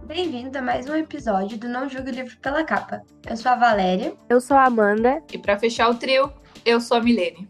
Bem-vindo a mais um episódio do Não Julgue o Livro pela Capa. Eu sou a Valéria. Eu sou a Amanda. E pra fechar o trio, eu sou a Milene.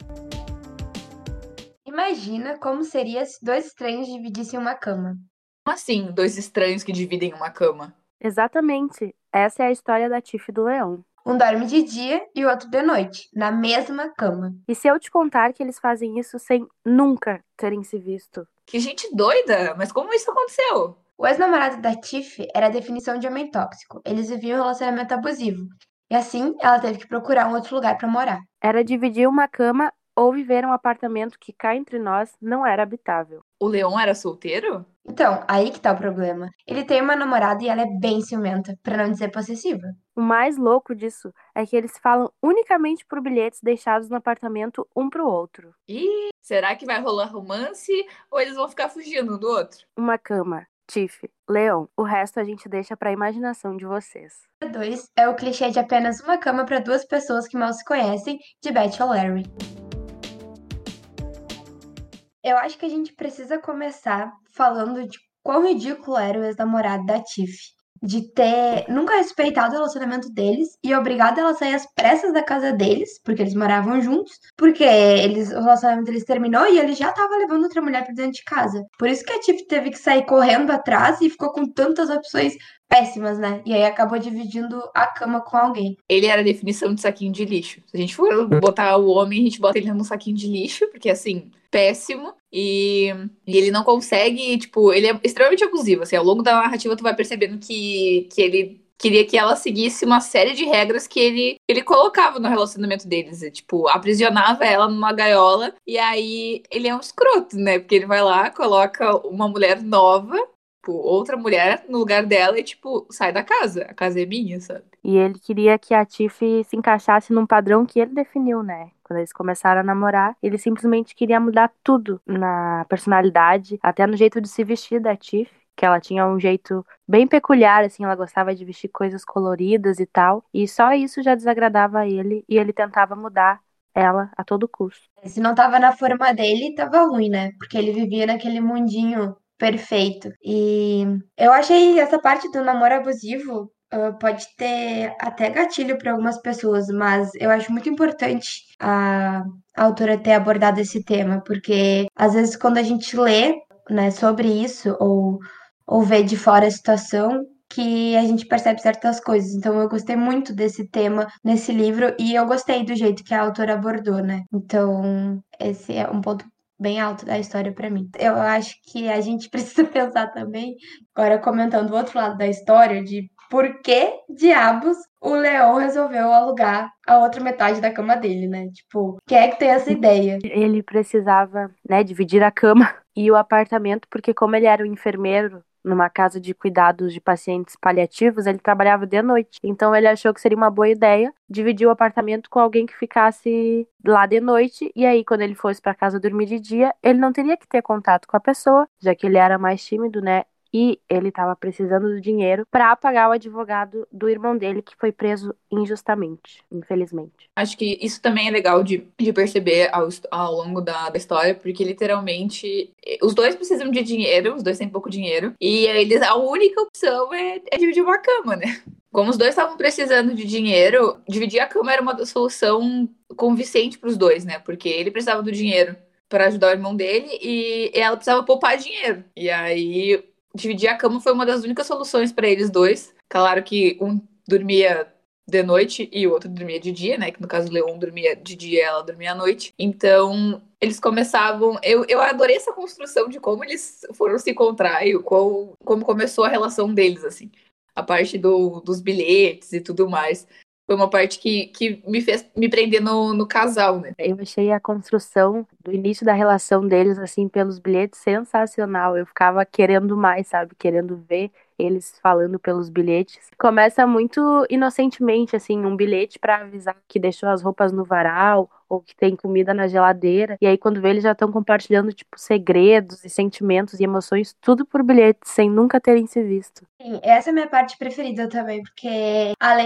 Imagina como seria se dois estranhos dividissem uma cama. Como assim, dois estranhos que dividem uma cama? Exatamente. Essa é a história da Tiff e do Leão. Um dorme de dia e o outro de noite, na mesma cama. E se eu te contar que eles fazem isso sem nunca terem se visto? Que gente doida! Mas como isso aconteceu? O ex-namorado da Tiff era a definição de homem tóxico. Eles viviam um relacionamento abusivo. E assim, ela teve que procurar um outro lugar para morar. Era dividir uma cama ou viver em um apartamento que cá entre nós não era habitável. O Leon era solteiro? Então, aí que tá o problema. Ele tem uma namorada e ela é bem ciumenta, pra não dizer possessiva. O mais louco disso é que eles falam unicamente por bilhetes deixados no apartamento um pro outro. Ih, será que vai rolar romance ou eles vão ficar fugindo um do outro? Uma cama, Tiff, Leão. O resto a gente deixa pra imaginação de vocês. 2 é o clichê de apenas uma cama para duas pessoas que mal se conhecem, de Beth ou Larry. Eu acho que a gente precisa começar falando de quão ridículo era o ex-namorado da Tiff. De ter nunca respeitado o relacionamento deles e obrigado ela a sair às pressas da casa deles, porque eles moravam juntos, porque o relacionamento deles terminou e ele já tava levando outra mulher pra dentro de casa. Por isso que a Tiff teve que sair correndo atrás e ficou com tantas opções péssimas, né? E aí acabou dividindo a cama com alguém. Ele era a definição de saquinho de lixo. Se a gente for botar o homem, a gente bota ele num saquinho de lixo, porque assim, péssimo. E ele não consegue, tipo, ele é extremamente abusivo. Assim, ao longo da narrativa, tu vai percebendo que ele queria que ela seguisse uma série de regras que ele colocava no relacionamento deles. E, tipo, aprisionava ela numa gaiola. E aí ele é um escroto, né? Porque ele vai lá, coloca uma mulher nova, tipo, outra mulher no lugar dela e, tipo, sai da casa. A casa é minha, sabe? E ele queria que a Tiff se encaixasse num padrão que ele definiu, né? Quando eles começaram a namorar, ele simplesmente queria mudar tudo na personalidade, até no jeito de se vestir da Tiff, que ela tinha um jeito bem peculiar, assim, ela gostava de vestir coisas coloridas e tal, e só isso já desagradava ele, e ele tentava mudar ela a todo custo. Se não tava na forma dele, tava ruim, né? Porque ele vivia naquele mundinho perfeito. E eu achei essa parte do namoro abusivo pode ter até gatilho para algumas pessoas, mas eu acho muito importante a autora ter abordado esse tema, porque às vezes quando a gente lê, né, sobre isso ou vê de fora a situação, que a gente percebe certas coisas. Então eu gostei muito desse tema nesse livro e eu gostei do jeito que a autora abordou, né? Então, esse é um ponto bem alto da história pra mim. Eu acho que a gente precisa pensar também, agora comentando o outro lado da história, de por que diabos o Leão resolveu alugar a outra metade da cama dele, né? Tipo, quem é que tem essa ideia? Ele precisava, né, dividir a cama e o apartamento, porque como ele era um enfermeiro numa casa de cuidados de pacientes paliativos, ele trabalhava de noite. Então ele achou que seria uma boa ideia dividir o apartamento com alguém que ficasse lá de noite, e aí quando ele fosse para casa dormir de dia, ele não teria que ter contato com a pessoa, já que ele era mais tímido, né? E ele estava precisando do dinheiro para pagar o advogado do irmão dele, que foi preso injustamente, infelizmente. Acho que isso também é legal de perceber ao longo da história, porque literalmente os dois precisam de dinheiro, os dois têm pouco dinheiro, e a única opção é dividir uma cama, né? Como os dois estavam precisando de dinheiro, dividir a cama era uma solução convincente para os dois, né? Porque ele precisava do dinheiro para ajudar o irmão dele e ela precisava poupar dinheiro. E aí dividir a cama foi uma das únicas soluções para eles dois. Claro que um dormia de noite e o outro dormia de dia, né? Que no caso o Leon dormia de dia e ela dormia à noite. Então, eles começavam. Eu adorei essa construção de como eles foram se encontrar e como começou a relação deles, assim. A parte dos bilhetes e tudo mais. Foi uma parte que me fez me prender no casal, né? Eu achei a construção do início da relação deles, assim, pelos bilhetes, sensacional. Eu ficava querendo mais, sabe? Querendo ver eles falando pelos bilhetes. Começa muito inocentemente, assim, um bilhete para avisar que deixou as roupas no varal ou que tem comida na geladeira. E aí, quando vê, eles já estão compartilhando, tipo, segredos e sentimentos e emoções, tudo por bilhete, sem nunca terem se visto. Sim, essa é a minha parte preferida também, porque além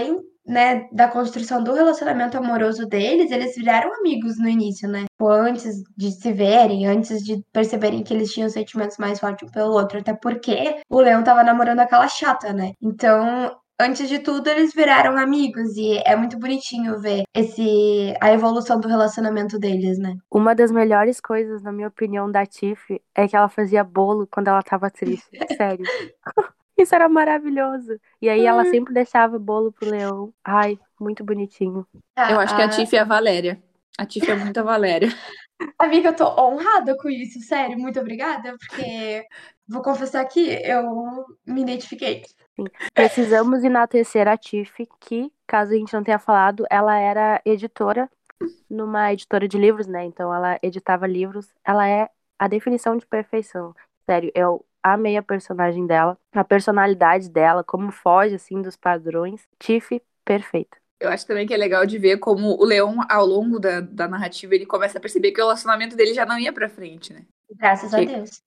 né, da construção do relacionamento amoroso deles, eles viraram amigos no início, né? Tipo, antes de se verem, antes de perceberem que eles tinham sentimentos mais fortes um pelo outro, até porque o Leão tava namorando aquela chata, né? Então, antes de tudo, eles viraram amigos e é muito bonitinho ver a evolução do relacionamento deles, né? Uma das melhores coisas, na minha opinião, da Tiff é que ela fazia bolo quando ela tava triste. Sério. Isso era maravilhoso. E aí ela sempre deixava bolo pro Leão. Ai, muito bonitinho. Eu acho que a A, Tiff é a Valéria. A Tiff é muito a Valéria. Amiga, eu tô honrada com isso, sério, muito obrigada, porque vou confessar que eu me identifiquei. Sim. Precisamos enaltecer a Tiff, que, caso a gente não tenha falado, ela era editora numa editora de livros, né? Então ela editava livros. Ela é a definição de perfeição. Sério, eu amei a personagem dela, a personalidade dela, como foge assim dos padrões. Tiff, perfeita. Eu acho também que é legal de ver como o Leão, ao longo da narrativa, ele começa a perceber que o relacionamento dele já não ia pra frente, né? Graças a Que, Deus.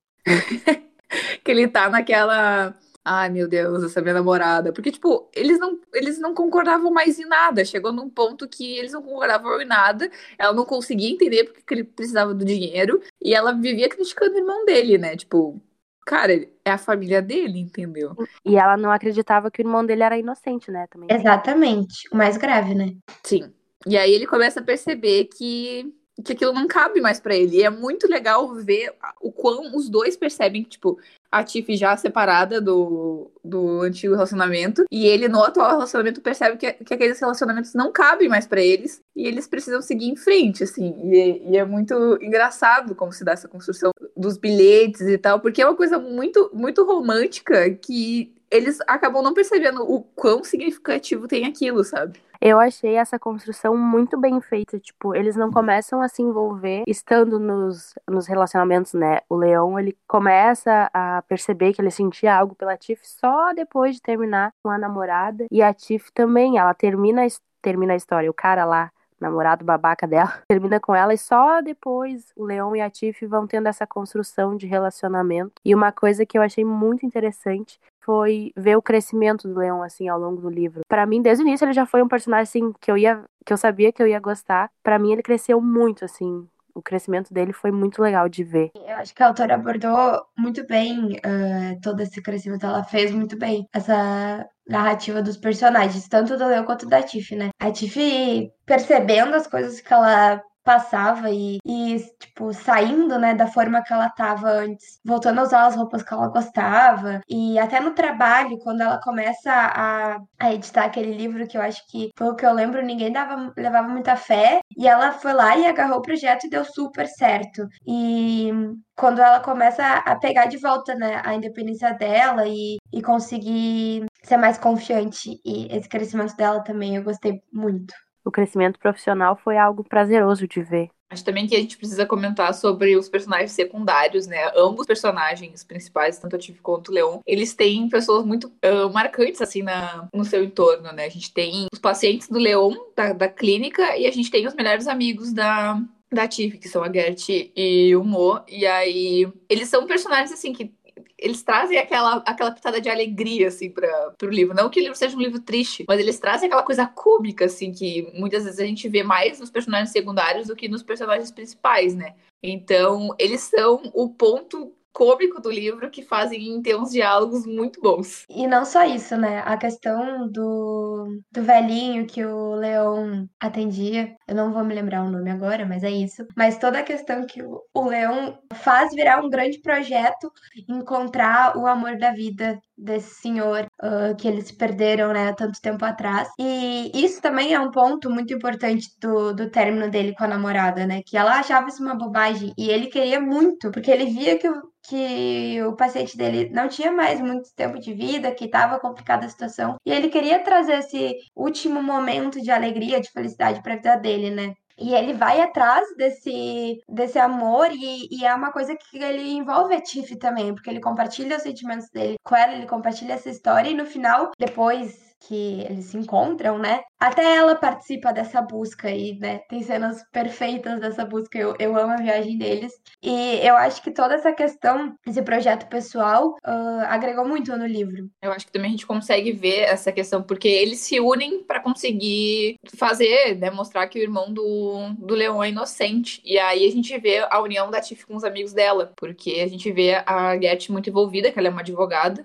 que ele tá naquela. Ai, meu Deus, essa minha namorada. Porque, tipo, eles não concordavam mais em nada. Chegou num ponto que eles não concordavam em nada. Ela não conseguia entender porque que ele precisava do dinheiro. E ela vivia criticando o irmão dele, né? Tipo, cara, é a família dele, entendeu? E ela não acreditava que o irmão dele era inocente, né? Também tem. Exatamente. O mais grave, né? Sim. E aí ele começa a perceber que aquilo não cabe mais pra ele. E é muito legal ver o quão os dois percebem que, tipo, a Tiff já separada do antigo relacionamento e ele no atual relacionamento percebe que aqueles relacionamentos não cabem mais pra eles e eles precisam seguir em frente, assim. E é muito engraçado como se dá essa construção dos bilhetes e tal, porque é uma coisa muito, muito romântica que eles acabam não percebendo o quão significativo tem aquilo, sabe? Eu achei essa construção muito bem feita. Tipo, eles não começam a se envolver estando nos relacionamentos, né? O Leão, ele começa a perceber que ele sentia algo pela Tiff só depois de terminar com a namorada. E a Tiff também, ela termina a história. O cara lá, namorado babaca dela, termina com ela e só depois o Leão e a Tiff vão tendo essa construção de relacionamento. E uma coisa que eu achei muito interessante foi ver o crescimento do Leão, assim, ao longo do livro. Pra mim, desde o início, ele já foi um personagem, assim, que eu sabia que eu ia gostar. Pra mim, ele cresceu muito, assim. O crescimento dele foi muito legal de ver. Eu acho que a autora abordou muito bem todo esse crescimento. Ela fez muito bem essa narrativa dos personagens, tanto do Leo quanto da Tiff, né? A Tiff percebendo as coisas que ela passava tipo, saindo, né, da forma que ela tava antes, voltando a usar as roupas que ela gostava, e até no trabalho, quando ela começa a editar aquele livro, que eu acho que, pelo que eu lembro, ninguém levava muita fé, e ela foi lá e agarrou o projeto e deu super certo. E quando ela começa a pegar de volta, né, a independência dela e conseguir ser mais confiante, e esse crescimento dela também eu gostei muito. O crescimento profissional foi algo prazeroso de ver. Acho também que a gente precisa comentar sobre os personagens secundários, né? Ambos os personagens principais, tanto a Tiff quanto o Leon, eles têm pessoas muito marcantes, assim, no seu entorno, né? A gente tem os pacientes do Leon, da clínica, e a gente tem os melhores amigos da Tiff, que são a Gert e o Mo. E aí, eles são personagens, assim, que eles trazem aquela pitada de alegria, assim, pro livro. Não que o livro seja um livro triste, mas eles trazem aquela coisa cômica, assim, que muitas vezes a gente vê mais nos personagens secundários do que nos personagens principais, né? Então, eles são o ponto cômico do livro que fazem ter uns diálogos muito bons. E não só isso, né? A questão do velhinho que o Leon atendia, eu não vou me lembrar o nome agora, mas é isso. Mas toda a questão que o Leon faz virar um grande projeto, encontrar o amor da vida desse senhor que eles perderam, né, há tanto tempo atrás. E isso também é um ponto muito importante do término dele com a namorada, né? Que ela achava isso uma bobagem e ele queria muito, porque ele via que o paciente dele não tinha mais muito tempo de vida, que estava complicada a situação, e ele queria trazer esse último momento de alegria, de felicidade para a vida dele, né? E ele vai atrás desse amor, e é uma coisa que ele envolve a Tiff também, porque ele compartilha os sentimentos dele com ela, ele compartilha essa história, e no final, depois que eles se encontram, né? Até ela participa dessa busca aí, né? Tem cenas perfeitas dessa busca, eu amo a viagem deles. E eu acho que toda essa questão, esse projeto pessoal, agregou muito no livro. Eu acho que também a gente consegue ver essa questão, porque eles se unem pra conseguir fazer, né, mostrar que o irmão do Leon é inocente. E aí a gente vê a união da Tiff com os amigos dela, porque a gente vê a Gertie muito envolvida, que ela é uma advogada,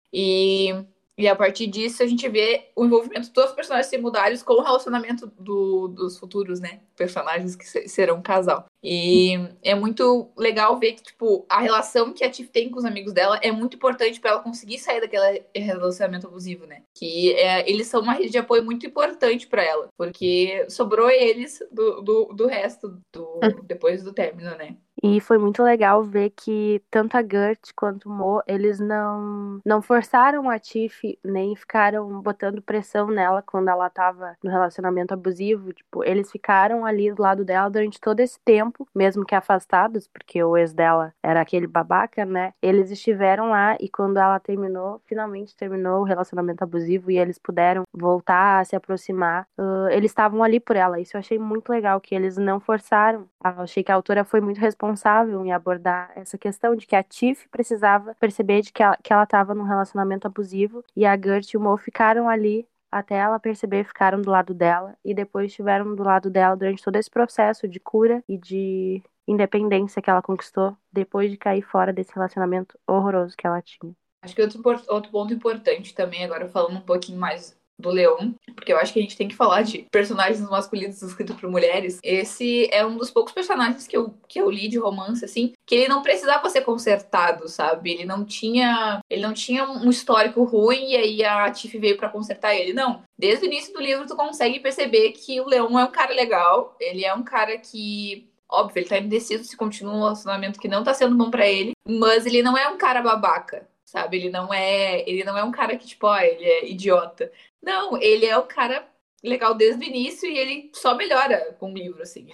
e, e a partir disso a gente vê o envolvimento de todos os personagens secundários com o relacionamento dos futuros, né, personagens que serão um casal. E é muito legal ver que, tipo, a relação que a Tiff tem com os amigos dela é muito importante pra ela conseguir sair daquele relacionamento abusivo, né? Que eles são uma rede de apoio muito importante pra ela, porque sobrou eles do resto depois do término, né? E foi muito legal ver que tanto a Gert quanto o Mo, eles não forçaram a Tiff, nem ficaram botando pressão nela quando ela tava no relacionamento abusivo. Tipo, eles ficaram ali do lado dela durante todo esse tempo, mesmo que afastados, porque o ex dela era aquele babaca, né? Eles estiveram lá e quando ela terminou, finalmente terminou o relacionamento abusivo e eles puderam voltar a se aproximar, eles estavam ali por ela. Isso eu achei muito legal, que eles não forçaram. Eu achei que a autora foi muito responsável em abordar essa questão de que a Tiff precisava perceber de que ela estava num relacionamento abusivo e a Gert e o Mo ficaram ali até ela perceber, ficaram do lado dela e depois estiveram do lado dela durante todo esse processo de cura e de independência que ela conquistou depois de cair fora desse relacionamento horroroso que ela tinha. Acho que outro ponto importante também, agora falando um pouquinho mais do Leon, porque eu acho que a gente tem que falar de personagens masculinos escritos por mulheres. Esse é um dos poucos personagens que eu li de romance, assim, que ele não precisava ser consertado, sabe? Ele não tinha um histórico ruim e aí a Tiff veio pra consertar ele. Não. Desde o início do livro tu consegue perceber que o Leon é um cara legal, ele é um cara que... Óbvio, ele tá indeciso se continua um relacionamento que não tá sendo bom pra ele, mas ele não é um cara babaca, sabe? Ele não é um cara que, tipo, ele é idiota. Não, ele é um cara legal desde o início e ele só melhora com o livro, assim.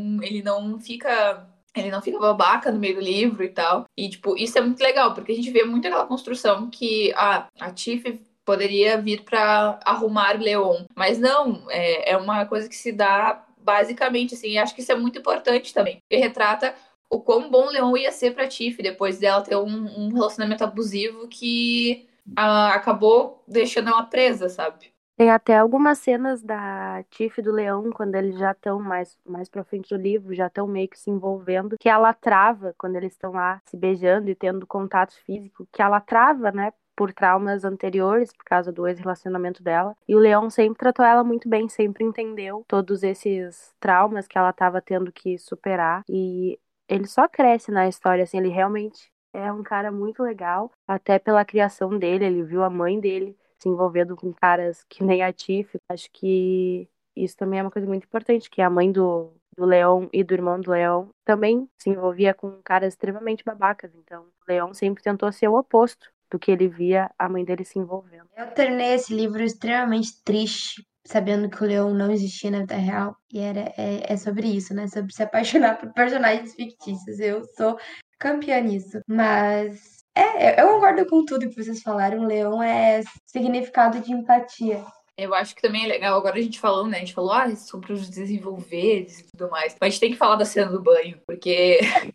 Ele não fica babaca no meio do livro e tal. E, tipo, isso é muito legal, porque a gente vê muito aquela construção que a Tiff poderia vir pra arrumar Leon. Mas não, é uma coisa que se dá basicamente, assim. E acho que isso é muito importante também, porque retrata o quão bom o Leon ia ser pra Tiff depois dela ter um relacionamento abusivo que acabou deixando ela presa, sabe? Tem até algumas cenas da Tiff e do Leão, quando eles já estão mais pra frente do livro, já estão meio que se envolvendo, que ela trava quando eles estão lá se beijando e tendo contato físico, que ela trava, né? Por traumas anteriores, por causa do ex-relacionamento dela. E o Leão sempre tratou ela muito bem, sempre entendeu todos esses traumas que ela estava tendo que superar. E ele só cresce na história, assim, ele realmente é um cara muito legal, até pela criação dele, ele viu a mãe dele se envolvendo com caras que nem a Tiff. Acho que isso também é uma coisa muito importante, que a mãe do Leon e do irmão do Leon também se envolvia com caras extremamente babacas. Então, o Leon sempre tentou ser o oposto do que ele via a mãe dele se envolvendo. Eu terminei esse livro extremamente triste, sabendo que o Leão não existia na vida real. E é sobre isso, né? Sobre se apaixonar por personagens fictícios. Eu sou campeã nisso. Mas eu concordo com tudo que vocês falaram. O Leão é significado de empatia. Eu acho que também é legal, agora a gente falou, né? A gente falou, sobre os desenvolveres e tudo mais. Mas a gente tem que falar da cena do banho, porque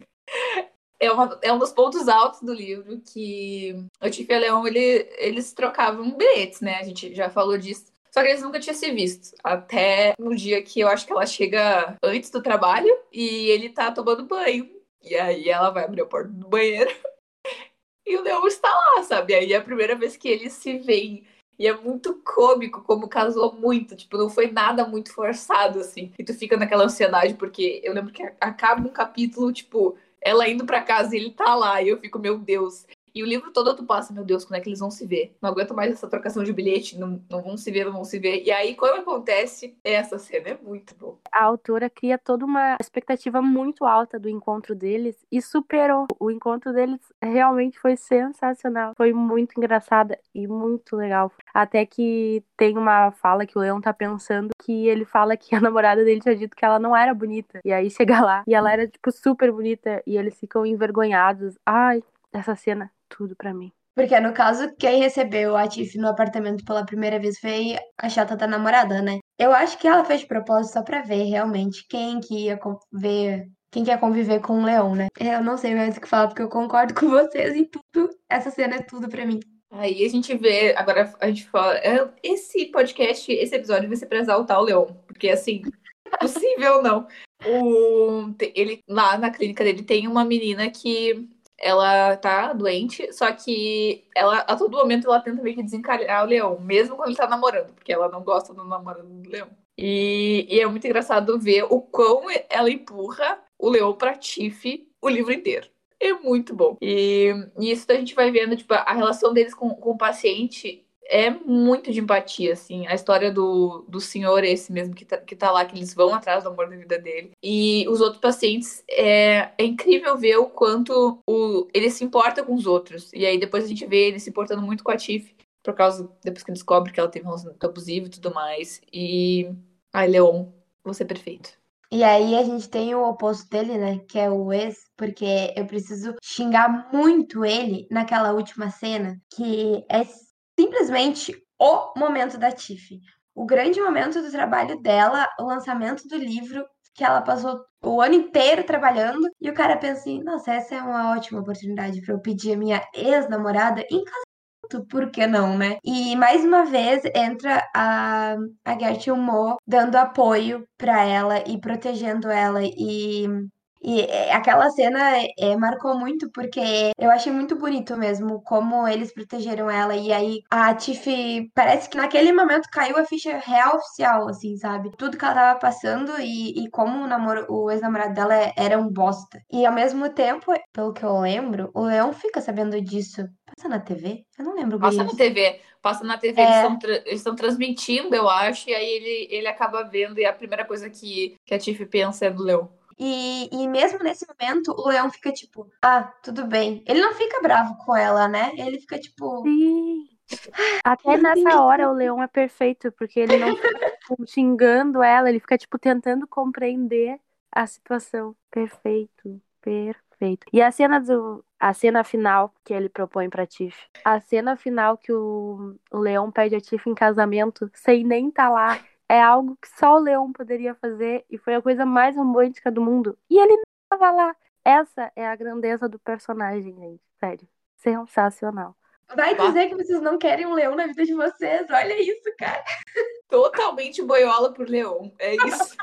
é um dos pontos altos do livro que o Tiff e o Leon, eles trocavam bilhetes, né? A gente já falou disso. Só que eles nunca tinham se visto. Até no dia que eu acho que ela chega antes do trabalho e ele tá tomando banho. E aí ela vai abrir a porta do banheiro e o Leon está lá, sabe? Aí é a primeira vez que eles se veem. E é muito cômico como casou muito. Tipo, não foi nada muito forçado, assim. E tu fica naquela ansiedade, porque eu lembro que acaba um capítulo, tipo, ela indo pra casa e ele tá lá. E eu fico, meu Deus. E o livro todo tu passa, meu Deus, quando é que eles vão se ver? Não aguento mais essa trocação de bilhete. Não vão se ver, não vão se ver. E aí, quando acontece, essa cena é muito boa. A autora cria toda uma expectativa muito alta do encontro deles e superou. O encontro deles realmente foi sensacional. Foi muito engraçada e muito legal. Até que tem uma fala que o Leon tá pensando que ele fala que a namorada dele tinha dito que ela não era bonita. E aí chega lá e ela era, tipo, super bonita e eles ficam envergonhados. Ai, essa cena, tudo pra mim. Porque no caso, quem recebeu a Tiff no apartamento pela primeira vez foi a chata da namorada, né? Eu acho que ela fez de propósito só pra ver realmente quem que ia ver, quem quer conviver com o leão, né? Eu não sei mais o que falar, porque eu concordo com vocês em tudo. Essa cena é tudo pra mim. Aí a gente vê, agora a gente fala, esse podcast, esse episódio vai ser pra exaltar o Leon, porque assim, possível não. Ele, lá na clínica dele tem uma menina que ela tá doente, só que ela, a todo momento, ela tenta meio que desencalhar o Leão, mesmo quando ele tá namorando, porque ela não gosta do namorado do Leão. E é muito engraçado ver o quão ela empurra o Leão pra Tiff o livro inteiro. É muito bom. E isso a gente vai vendo, tipo, a relação deles com o paciente é muito de empatia, assim. A história do senhor, esse mesmo que tá lá, que eles vão atrás do amor da vida dele. E os outros pacientes, é incrível ver o quanto ele se importa com os outros. E aí depois a gente vê ele se importando muito com a Tiff, por causa, depois que descobre que ela teve um relacionamento abusivo e tudo mais. E. Ai, Leon, você é perfeito. E aí a gente tem o oposto dele, né? Que é o ex, porque eu preciso xingar muito ele naquela última cena, que é simplesmente o momento da Tiff. O grande momento do trabalho dela, o lançamento do livro, que ela passou o ano inteiro trabalhando, e o cara pensa assim, nossa, essa é uma ótima oportunidade para eu pedir a minha ex-namorada em por que não, né? E mais uma vez entra a Gertrude Mo dando apoio para ela e protegendo ela e aquela cena marcou muito porque eu achei muito bonito mesmo como eles protegeram ela. E aí a Tiff parece que naquele momento caiu a ficha real oficial, assim, sabe? Tudo que ela tava passando e como o ex-namorado dela era um bosta. E ao mesmo tempo, pelo que eu lembro, o Leão fica sabendo disso. Passa na TV? Eu não lembro, Passa na gurias. TV, passa na TV, É, eles estão transmitindo, eu acho, e aí ele acaba vendo, e a primeira coisa que a Tiff pensa é do Leão. e mesmo nesse momento, o Leão fica tipo, ah, tudo bem. Ele não fica bravo com ela, né? Ele fica tipo, Sim. Até não nessa entendi. hora o Leão é perfeito, porque ele não fica tipo, xingando ela, ele fica tipo tentando compreender a situação. Perfeito, perfeito. E a cena final que ele propõe pra Tiff. A cena final que o Leão pede a Tiff em casamento sem nem estar lá. É algo que só o Leão poderia fazer e foi a coisa mais romântica do mundo. E ele não estava lá. Essa é a grandeza do personagem, gente. Sério. Sensacional. Vai Bah, dizer que vocês não querem um leão na vida de vocês. Olha isso, cara. totalmente boiola por Leão, é isso.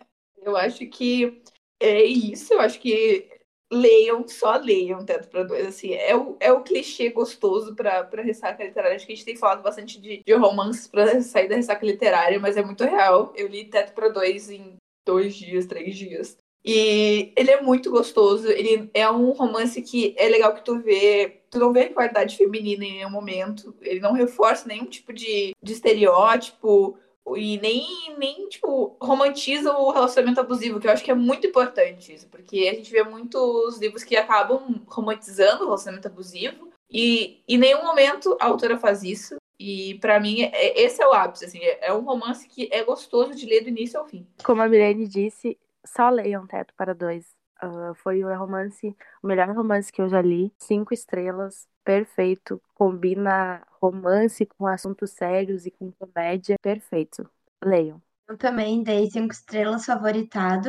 Eu acho que é isso, eu acho que leiam, só leiam Teto para Dois, assim, é o clichê gostoso para ressaca literária. Acho que a gente tem falado bastante de romances para sair da ressaca literária, mas é muito real. Eu li Teto para Dois em 2 dias, 3 dias. E ele é muito gostoso. Ele é um romance que é legal que tu não vê a qualidade feminina em nenhum momento. Ele não reforça nenhum tipo de estereótipo e nem, tipo, romantiza o relacionamento abusivo, que eu acho que é muito importante isso, porque a gente vê muitos livros que acabam romantizando o relacionamento abusivo e em nenhum momento a autora faz isso. E pra mim, esse é o ápice, assim, é um romance que é gostoso de ler do início ao fim. Como a Milene disse, só leiam Teto para Dois. Foi o melhor romance que eu já li. 5 estrelas, perfeito. Combina romance com assuntos sérios e com comédia. Perfeito. Leiam. Eu também dei 5 estrelas favoritado.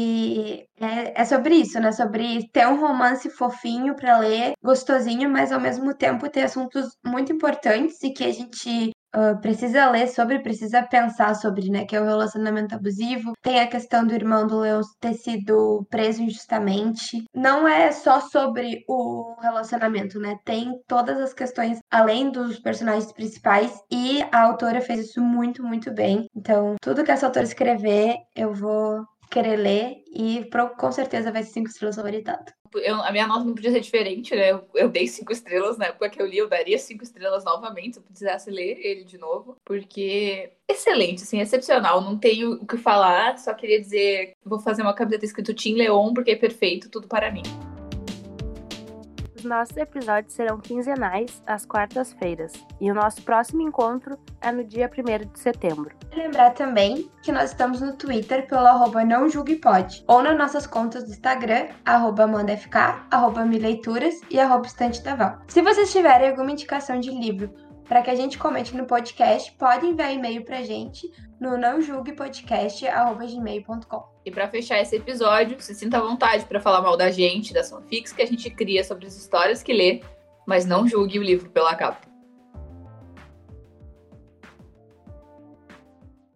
E é sobre isso, né? Sobre ter um romance fofinho pra ler, gostosinho, mas ao mesmo tempo ter assuntos muito importantes e que a gente precisa ler sobre, precisa pensar sobre, né? Que é o relacionamento abusivo. Tem a questão do irmão do Leão ter sido preso injustamente. Não é só sobre o relacionamento, né? Tem todas as questões além dos personagens principais e a autora fez isso muito, muito bem. Então, tudo que essa autora escrever, eu vou querer ler e com certeza vai ser 5 estrelas favoritado. A minha nota não podia ser diferente, né? Eu dei 5 estrelas na época que eu li, eu daria 5 estrelas novamente se eu precisasse ler ele de novo, porque excelente, assim, excepcional. Não tenho o que falar, só queria dizer, vou fazer uma camiseta escrito Tim Leon, porque é perfeito, tudo para mim. Os nossos episódios serão quinzenais, às quartas-feiras. E o nosso próximo encontro é no dia 1º de setembro. Lembrar também que nós estamos no Twitter pelo @nãojulguepod ou nas nossas contas do Instagram, @amandafk, @mileituras e @estantedaval. Se vocês tiverem alguma indicação de livro para que a gente comente no podcast, pode enviar e-mail pra gente no naojulguepodcast@gmail.com. E para fechar esse episódio, se sinta à vontade para falar mal da gente, das fanfics que a gente cria sobre as histórias que lê, mas não julgue o livro pela capa.